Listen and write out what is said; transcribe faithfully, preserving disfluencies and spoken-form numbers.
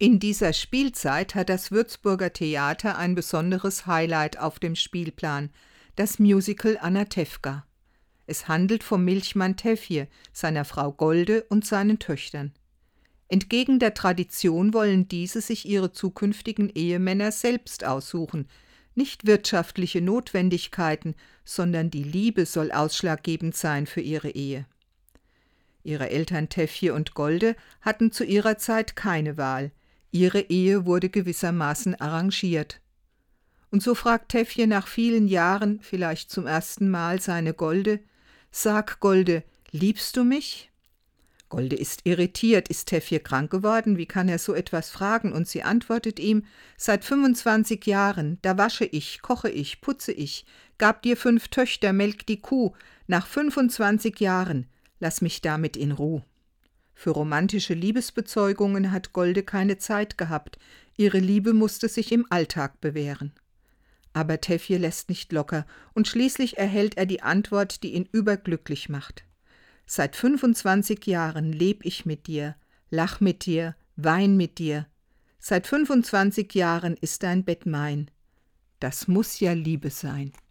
In dieser Spielzeit hat das Würzburger Theater ein besonderes Highlight auf dem Spielplan, das Musical Anatevka. Es handelt vom Milchmann Tevje, seiner Frau Golde und seinen Töchtern. Entgegen der Tradition wollen diese sich ihre zukünftigen Ehemänner selbst aussuchen. Nicht wirtschaftliche Notwendigkeiten, sondern die Liebe soll ausschlaggebend sein für ihre Ehe. Ihre Eltern Tevje und Golde hatten zu ihrer Zeit keine Wahl. Ihre Ehe wurde gewissermaßen arrangiert. Und so fragt Tevje nach vielen Jahren, vielleicht zum ersten Mal, seine Golde: »Sag, Golde, liebst du mich?« Golde ist irritiert. Ist Tevje krank geworden? Wie kann er so etwas fragen? Und sie antwortet ihm: »Seit fünfundzwanzig Jahren, da wasche ich, koche ich, putze ich, gab dir fünf Töchter, melk die Kuh. Nach fünfundzwanzig Jahren, lass mich damit in Ruh.« Für romantische Liebesbezeugungen hat Golde keine Zeit gehabt. Ihre Liebe musste sich im Alltag bewähren. Aber Tevje lässt nicht locker und schließlich erhält er die Antwort, die ihn überglücklich macht. »Seit fünfundzwanzig Jahren leb ich mit dir, lach mit dir, wein mit dir. Seit fünfundzwanzig Jahren ist dein Bett mein. Das muss ja Liebe sein.«